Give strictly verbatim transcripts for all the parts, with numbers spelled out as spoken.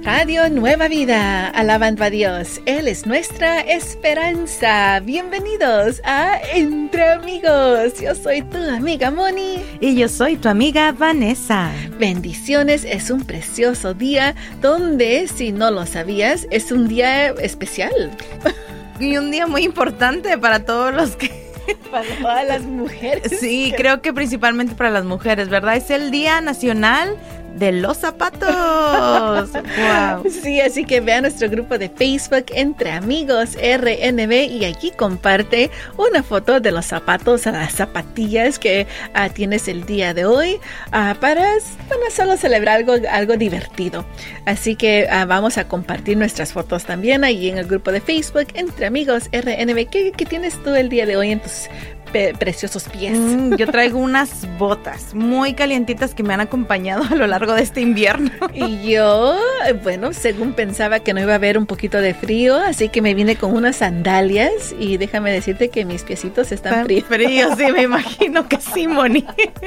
Radio Nueva Vida, alabando a Dios. Él es nuestra esperanza. Bienvenidos a Entre Amigos. Yo soy tu amiga Moni. Y yo soy tu amiga Vanessa. Bendiciones, es un precioso día donde, si no lo sabías, es un día especial. Y un día muy importante para todos los que... Para todas las mujeres. Sí, creo que principalmente para las mujeres, ¿verdad? Es el Día Nacional de los Zapatos. Wow. Sí, así que ve a nuestro grupo de Facebook Entre Amigos R N B y aquí comparte una foto de los zapatos, las zapatillas que uh, tienes el día de hoy uh, para, bueno, solo celebrar algo, algo divertido. Así que uh, vamos a compartir nuestras fotos también ahí en el grupo de Facebook Entre Amigos R N B. ¿Qué, qué tienes tú el día de hoy en tus Pe- preciosos pies? Mm, yo traigo unas botas muy calientitas que me han acompañado a lo largo de este invierno. Y yo, bueno, según pensaba que no iba a haber un poquito de frío, así que me vine con unas sandalias y déjame decirte que mis piecitos están fríos. Fríos, sí, me imagino que sí, Moni.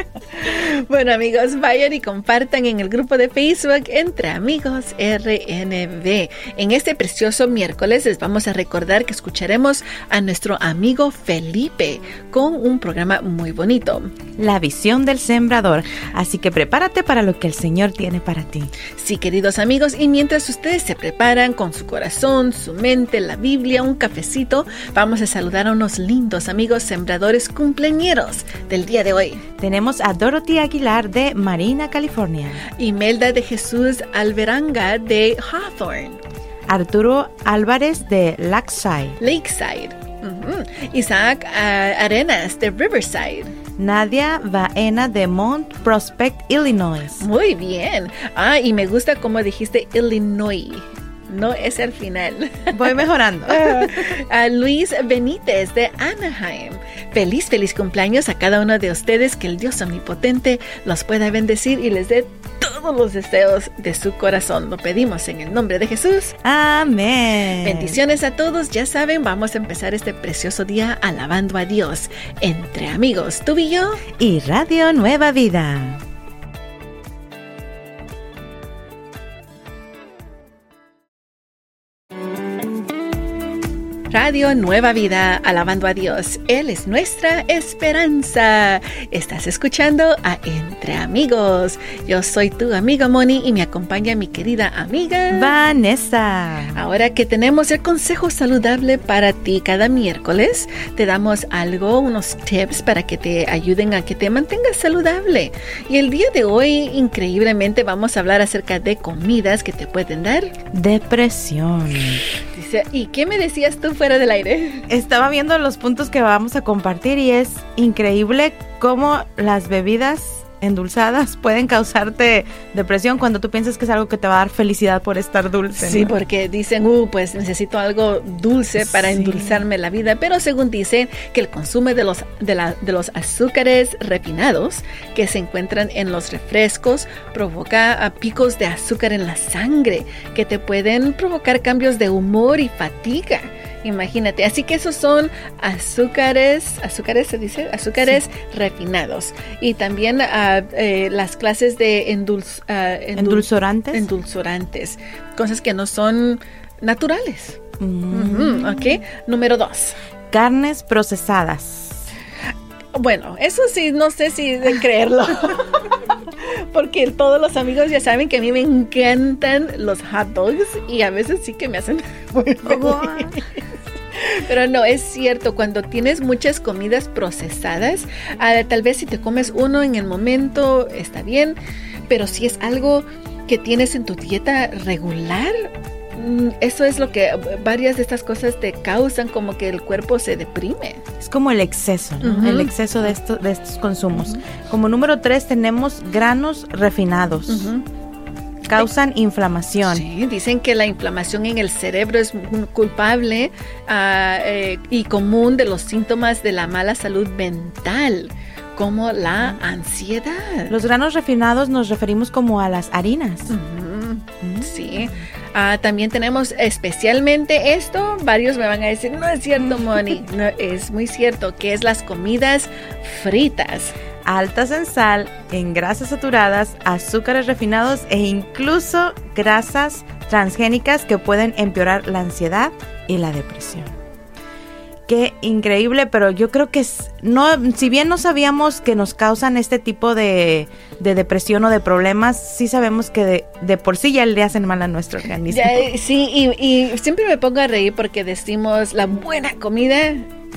Bueno, amigos, vayan y compartan en el grupo de Facebook Entre Amigos R N B. En este precioso miércoles les vamos a recordar que escucharemos a nuestro amigo Felipe con un programa muy bonito. La visión del sembrador. Así que prepárate para lo que el Señor tiene para ti. Sí, queridos amigos, y mientras ustedes se preparan con su corazón, su mente, la Biblia, un cafecito, vamos a saludar a unos lindos amigos sembradores cumpleañeros del día de hoy. Tenemos a Dorothy Aguilar de Marina, California. Imelda de Jesús Alberanga de Hawthorne. Arturo Álvarez de Lakeside. Lakeside. Uh-huh. Isaac uh, Arenas de Riverside. Nadia Baena de Mount Prospect, Illinois. Muy bien. Ah, y me gusta cómo dijiste Illinois. No es el final. Voy mejorando. A Luis Benítez de Anaheim. Feliz, feliz cumpleaños a cada uno de ustedes. Que el Dios omnipotente los pueda bendecir y les dé todos los deseos de su corazón. Lo pedimos en el nombre de Jesús. Amén. Bendiciones a todos. Ya saben, vamos a empezar este precioso día alabando a Dios. Entre amigos, tú y yo. Y Radio Nueva Vida. Radio Nueva Vida, alabando a Dios. Él es nuestra esperanza. Estás escuchando a Entre Amigos. Yo soy tu amiga Moni y me acompaña mi querida amiga Vanessa. Ahora que tenemos el consejo saludable para ti cada miércoles, te damos algo, unos tips para que te ayuden a que te mantengas saludable. Y el día de hoy, increíblemente, vamos a hablar acerca de comidas que te pueden dar depresión. Dice, ¿y qué me decías tú fuera del aire? Estaba viendo los puntos que vamos a compartir y es increíble cómo las bebidas endulzadas pueden causarte depresión cuando tú piensas que es algo que te va a dar felicidad por estar dulce. Sí, ¿no? porque dicen, uh, pues necesito algo dulce para sí. endulzarme la vida, pero según dicen que el consumo de los, de, la, de los azúcares refinados que se encuentran en los refrescos provoca uh, picos de azúcar en la sangre que te pueden provocar cambios de humor y fatiga. Imagínate, así que esos son azúcares, azúcares se dice, azúcares sí. refinados. Y también uh, eh, las clases de endulz, uh, endul- endulzorantes. Endulzorantes, cosas que no son naturales. Mm. Uh-huh, ok, número dos. Carnes procesadas. Bueno, eso sí, no sé si de creerlo. Porque todos los amigos ya saben que a mí me encantan los hot dogs y a veces sí que me hacen muy feliz. Pero no, es cierto, cuando tienes muchas comidas procesadas, uh, tal vez si te comes uno en el momento está bien, pero si es algo que tienes en tu dieta regular, eso es lo que varias de estas cosas te causan, como que el cuerpo se deprime. Es como el exceso, ¿no? Uh-huh. El exceso de, esto, de estos consumos. Uh-huh. Como número tres tenemos granos refinados. Uh-huh. Causan inflamación. Sí, dicen que la inflamación en el cerebro es culpable uh, eh, y común de los síntomas de la mala salud mental, como la ansiedad. Los granos refinados nos referimos como a las harinas. Uh-huh. Uh-huh. Sí. Uh, también tenemos especialmente esto, varios me van a decir, no es cierto, Moni. No, es muy cierto, que es las comidas fritas. altas en sal, en grasas saturadas, azúcares refinados e incluso grasas transgénicas que pueden empeorar la ansiedad y la depresión. Qué increíble, pero yo creo que no, si bien no sabíamos que nos causan este tipo de, de depresión o de problemas, sí sabemos que de, de por sí ya le hacen mal a nuestro organismo. Ya, sí, y, y siempre me pongo a reír porque decimos la buena comida.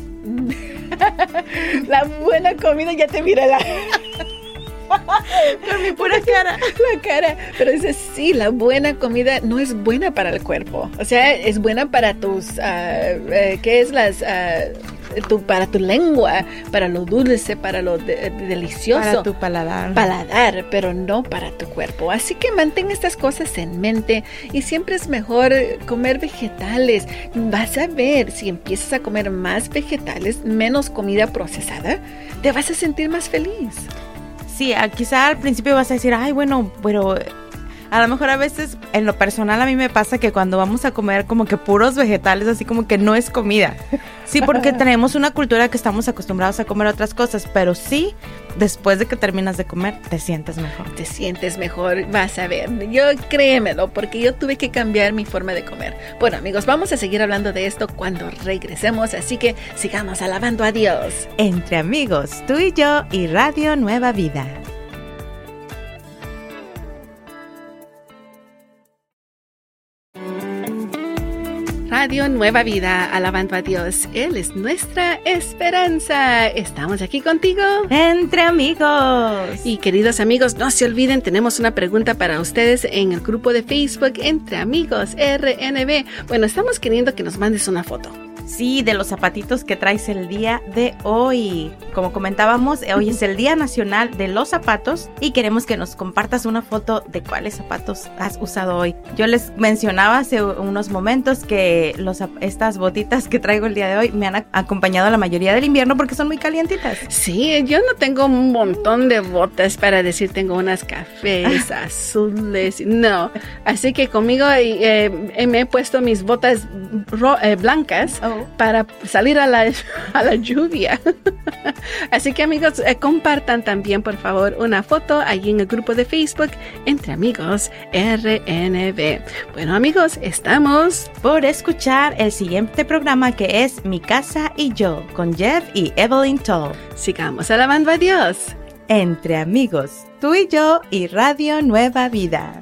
La buena comida, ya te mira la... Con mi pura cara. La cara. Pero dice, sí, la buena comida no es buena para el cuerpo. O sea, es buena para tus, uh, uh, ¿qué es las? Uh, tu, para tu lengua, para lo dulce, para lo de, de, delicioso. Para tu paladar. Paladar, pero no para tu cuerpo. Así que mantén estas cosas en mente y siempre es mejor comer vegetales. Vas a ver, si empiezas a comer más vegetales, menos comida procesada, te vas a sentir más feliz. Sí, quizá al principio vas a decir, ay, bueno, pero a lo mejor a veces en lo personal a mí me pasa que cuando vamos a comer como que puros vegetales, así como que no es comida. Sí, porque tenemos una cultura que estamos acostumbrados a comer otras cosas, pero sí, después de que terminas de comer, te sientes mejor. Te sientes mejor, vas a ver. Yo créemelo, porque yo tuve que cambiar mi forma de comer. Bueno, amigos, vamos a seguir hablando de esto cuando regresemos, así que sigamos alabando a Dios. Entre amigos, tú y yo y Radio Nueva Vida. Radio Nueva Vida, alabando a Dios. Él es nuestra esperanza. Estamos aquí contigo. Entre amigos. Y queridos amigos, no se olviden, tenemos una pregunta para ustedes en el grupo de Facebook Entre Amigos R N B. Bueno, estamos queriendo que nos mandes una foto. Sí, de los zapatitos que traes el día de hoy. Como comentábamos, hoy es el Día Nacional de los Zapatos y queremos que nos compartas una foto de cuáles zapatos has usado hoy. Yo les mencionaba hace unos momentos que los, estas botitas que traigo el día de hoy me han acompañado la mayoría del invierno porque son muy calientitas. Sí, yo no tengo un montón de botas para decir tengo unas cafés, azules, no. Así que conmigo eh, me he puesto mis botas ro- eh, blancas. Oh. Para salir a la, a la lluvia. Así que amigos, eh, compartan también por favor una foto allí en el grupo de Facebook Entre Amigos R N B. Bueno amigos, estamos por escuchar el siguiente programa que es Mi Casa y Yo con Jeff y Evelyn Toll. Sigamos alabando a Dios. Entre Amigos, tú y yo y Radio Nueva Vida.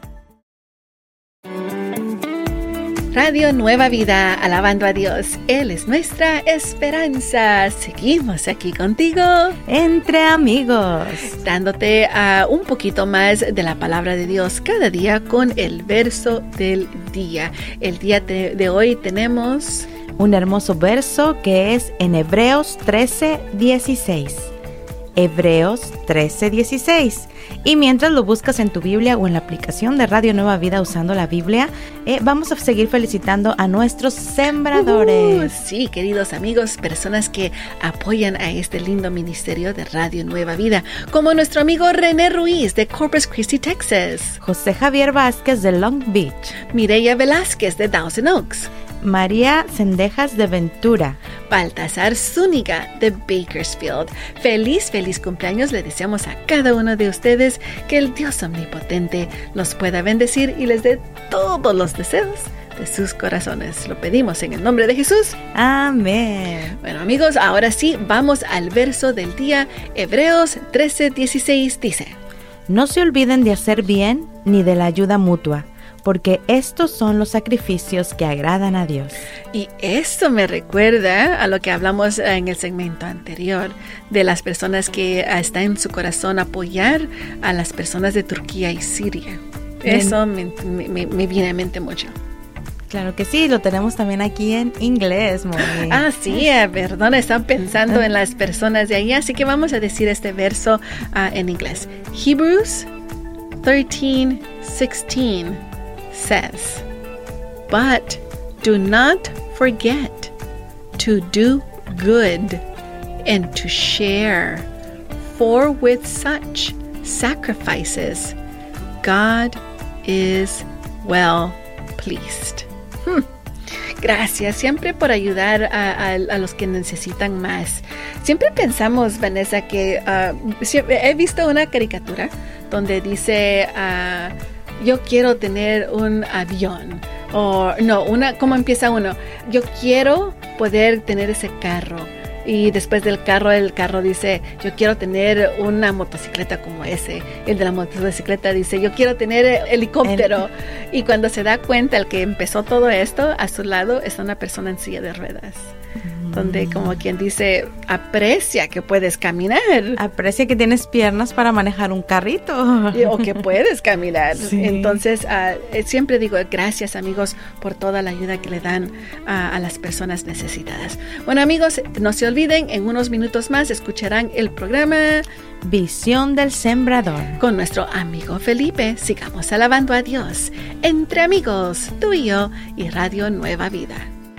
Radio Nueva Vida, alabando a Dios. Él es nuestra esperanza. Seguimos aquí contigo. Entre amigos. Dándote uh, un poquito más de la palabra de Dios cada día con el verso del día. El día de, de hoy tenemos un hermoso verso que es en Hebreos trece dieciséis. Hebreos trece dieciséis. Y mientras lo buscas en tu Biblia o en la aplicación de Radio Nueva Vida usando la Biblia, eh, vamos a seguir felicitando a nuestros sembradores. Uh, sí, queridos amigos, personas que apoyan a este lindo ministerio de Radio Nueva Vida, como nuestro amigo René Ruiz de Corpus Christi, Texas, José Javier Vázquez de Long Beach, Mireya Velázquez de Thousand Oaks, María Cendejas de Ventura, Baltasar Zúñiga de Bakersfield. Feliz, feliz cumpleaños le deseamos a cada uno de ustedes, que el Dios omnipotente los pueda bendecir y les dé todos los deseos de sus corazones. Lo pedimos en el nombre de Jesús. Amén. Bueno amigos, ahora sí, vamos al verso del día. Hebreos trece dieciséis dice: No se olviden de hacer bien ni de la ayuda mutua, porque estos son los sacrificios que agradan a Dios. Y esto me recuerda a lo que hablamos en el segmento anterior, de las personas que está en su corazón apoyar a las personas de Turquía y Siria. Bien. Eso me, me, me viene a mente mucho. Claro que sí, lo tenemos también aquí en inglés, Moni. Ah, sí, eh, perdón, estaba pensando en las personas de allá, así que vamos a decir este verso uh, en inglés. Hebrews thirteen sixteen says, "But do not forget to do good and to share, for with such sacrifices God is well pleased." Hmm. gracias siempre por ayudar a, a, a los que necesitan más. Siempre pensamos, Vanessa, que uh, siempre, he visto una caricatura donde dice, uh, yo quiero tener un avión. O no, una, ¿cómo empieza uno? Yo quiero poder tener ese carro. Y después del carro, el carro dice, yo quiero tener una motocicleta como ese. El de la motocicleta dice, yo quiero tener helicóptero. El... Y cuando se da cuenta el que empezó todo esto, a su lado está una persona en silla de ruedas. Mm. Donde como quien dice, aprecia que puedes caminar. Aprecia que tienes piernas para manejar un carrito. Y, o que puedes caminar. Sí. Entonces, uh, siempre digo, gracias amigos por toda la ayuda que le dan uh, a las personas necesitadas. Bueno amigos, no se olviden, en unos minutos más escucharán el programa Visión del Sembrador con nuestro amigo Felipe. Sigamos alabando a Dios entre amigos, tú y yo y Radio Nueva Vida.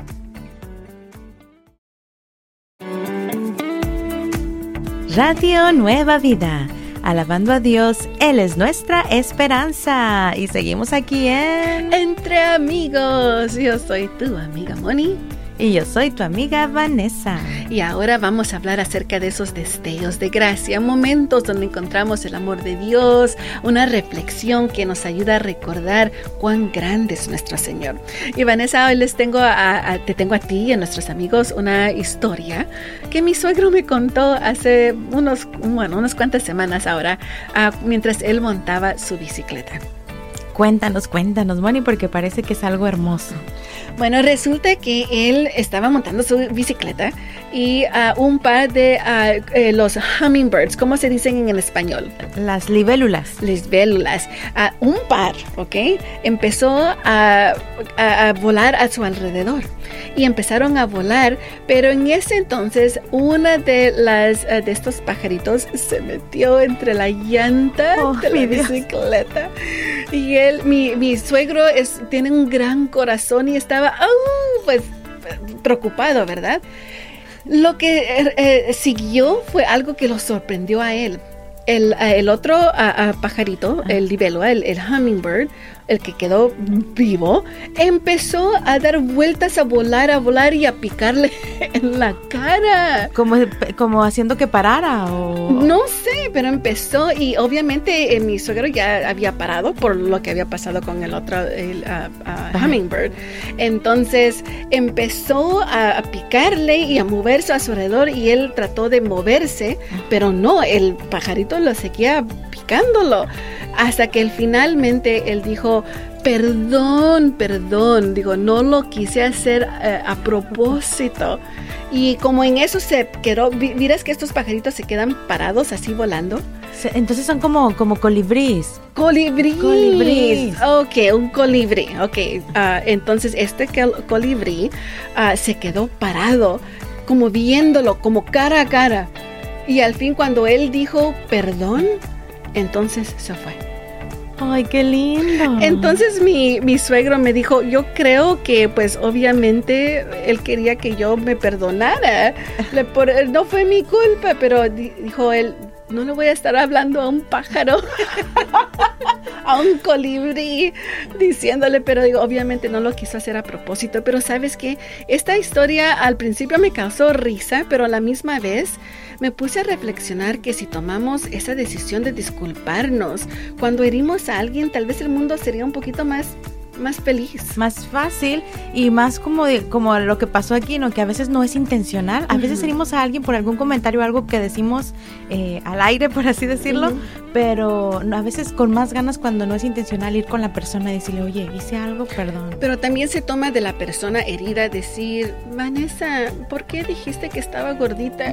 Radio Nueva Vida, alabando a Dios, Él es nuestra esperanza. Y seguimos aquí en Entre Amigos. Yo soy tu amiga Moni. Y yo soy tu amiga Vanessa. Y ahora vamos a hablar acerca de esos destellos de gracia, momentos donde encontramos el amor de Dios, una reflexión que nos ayuda a recordar cuán grande es nuestro Señor. Y Vanessa, hoy les tengo a, a, te tengo a ti y a nuestros amigos una historia que mi suegro me contó hace unos, bueno, unas cuantas semanas ahora, uh, mientras él montaba su bicicleta. Cuéntanos, cuéntanos, Moni, porque parece que es algo hermoso. Bueno, resulta que él estaba montando su bicicleta y uh, un par de uh, eh, los hummingbirds, ¿cómo se dicen en el español? Las libélulas. Libélulas. Uh, un par, ¿ok? Empezó a, a, a volar a su alrededor y empezaron a volar, pero en ese entonces una de las uh, de estos pajaritos se metió entre la llanta oh, de la bicicleta. Y él, mi, mi suegro es, tiene un gran corazón y estaba oh, pues preocupado, ¿verdad? Lo que eh, siguió fue algo que lo sorprendió a él. El, el otro uh, uh, pajarito, el libélula, el, el hummingbird, el que quedó vivo, empezó a dar vueltas, a volar, a volar y a picarle en la cara. Como, como haciendo que parara o... No sé, pero empezó y obviamente eh, mi suegro ya había parado por lo que había pasado con el otro, el uh, uh, hummingbird. Entonces empezó a, a picarle y a moverse a su alrededor y él trató de moverse, pero no, el pajarito lo seguía picándolo. Hasta que él, finalmente él dijo, perdón, perdón, digo, no lo quise hacer uh, a propósito. Y como en eso se quedó, miras que estos pajaritos se quedan parados así volando. Entonces son como, como colibríes. Colibríes. Colibríes. Ok, un colibrí. Ok, uh, entonces este colibrí uh, se quedó parado, como viéndolo, como cara a cara. Y al fin cuando él dijo perdón, entonces se fue. ¡Ay, qué lindo! Entonces mi, mi suegro me dijo, yo creo que pues obviamente él quería que yo me perdonara. Le, por, no fue mi culpa, pero di, dijo él, no le voy a estar hablando a un pájaro, a un colibrí, diciéndole, pero digo, obviamente no lo quiso hacer a propósito. Pero ¿sabes qué? Esta historia al principio me causó risa, pero a la misma vez me puse a reflexionar que si tomamos esa decisión de disculparnos cuando herimos a alguien, tal vez el mundo sería un poquito más, más feliz. Más fácil y más como, de, como lo que pasó aquí, ¿no? Que a veces no es intencional. A uh-huh. veces herimos a alguien por algún comentario o algo que decimos eh, al aire, por así decirlo, uh-huh. pero no, a veces con más ganas cuando no es intencional ir con la persona y decirle, oye, hice algo, perdón. Pero también se toma de la persona herida decir, Vanessa, ¿por qué dijiste que estaba gordita?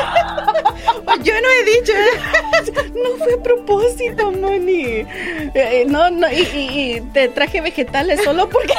Yo no he dicho. No fue a propósito, Moni. Eh, no, no, y, y, y te traje vegetales solo porque...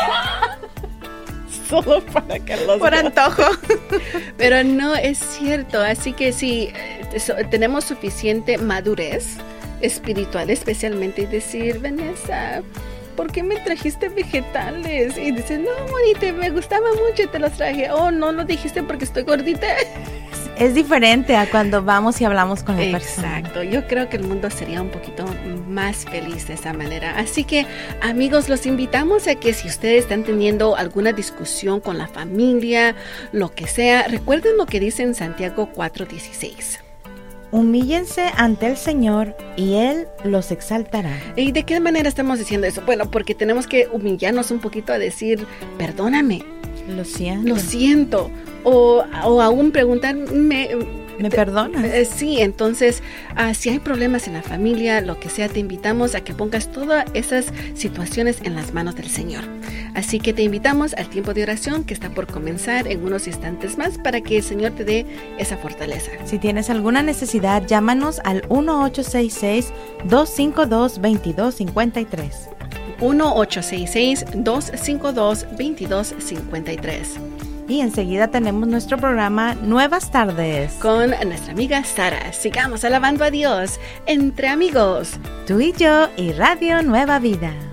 solo para que los por vean. Antojo. Pero no es cierto. Así que si tenemos suficiente madurez espiritual, especialmente, y decir, Vanessa, ¿por qué me trajiste vegetales? Y dices, no, Moni, te me gustaba mucho y te los traje. Oh, no lo dijiste porque estoy gordita. es diferente a cuando vamos y hablamos con la persona. Exacto, yo creo que el mundo sería un poquito más feliz de esa manera. Así que, amigos, los invitamos a que si ustedes están teniendo alguna discusión con la familia, lo que sea, recuerden lo que dice en Santiago cuatro dieciséis. Humíllense ante el Señor y Él los exaltará. ¿Y de qué manera estamos diciendo eso? Bueno, porque tenemos que humillarnos un poquito a decir, perdóname. Lo siento. Lo siento. O, o aún preguntarme, ¿me perdonas? Eh, sí, entonces, uh, si hay problemas en la familia, lo que sea, te invitamos a que pongas todas esas situaciones en las manos del Señor. Así que te invitamos al tiempo de oración que está por comenzar en unos instantes más para que el Señor te dé esa fortaleza. Si tienes alguna necesidad, llámanos al uno ocho seis seis, dos cinco dos, dos dos cinco tres. uno ocho seis seis, dos cinco dos, dos dos cinco tres. Y enseguida tenemos nuestro programa Nuevas Tardes con nuestra amiga Sara. Sigamos alabando a Dios entre amigos. Tú y yo y Radio Nueva Vida.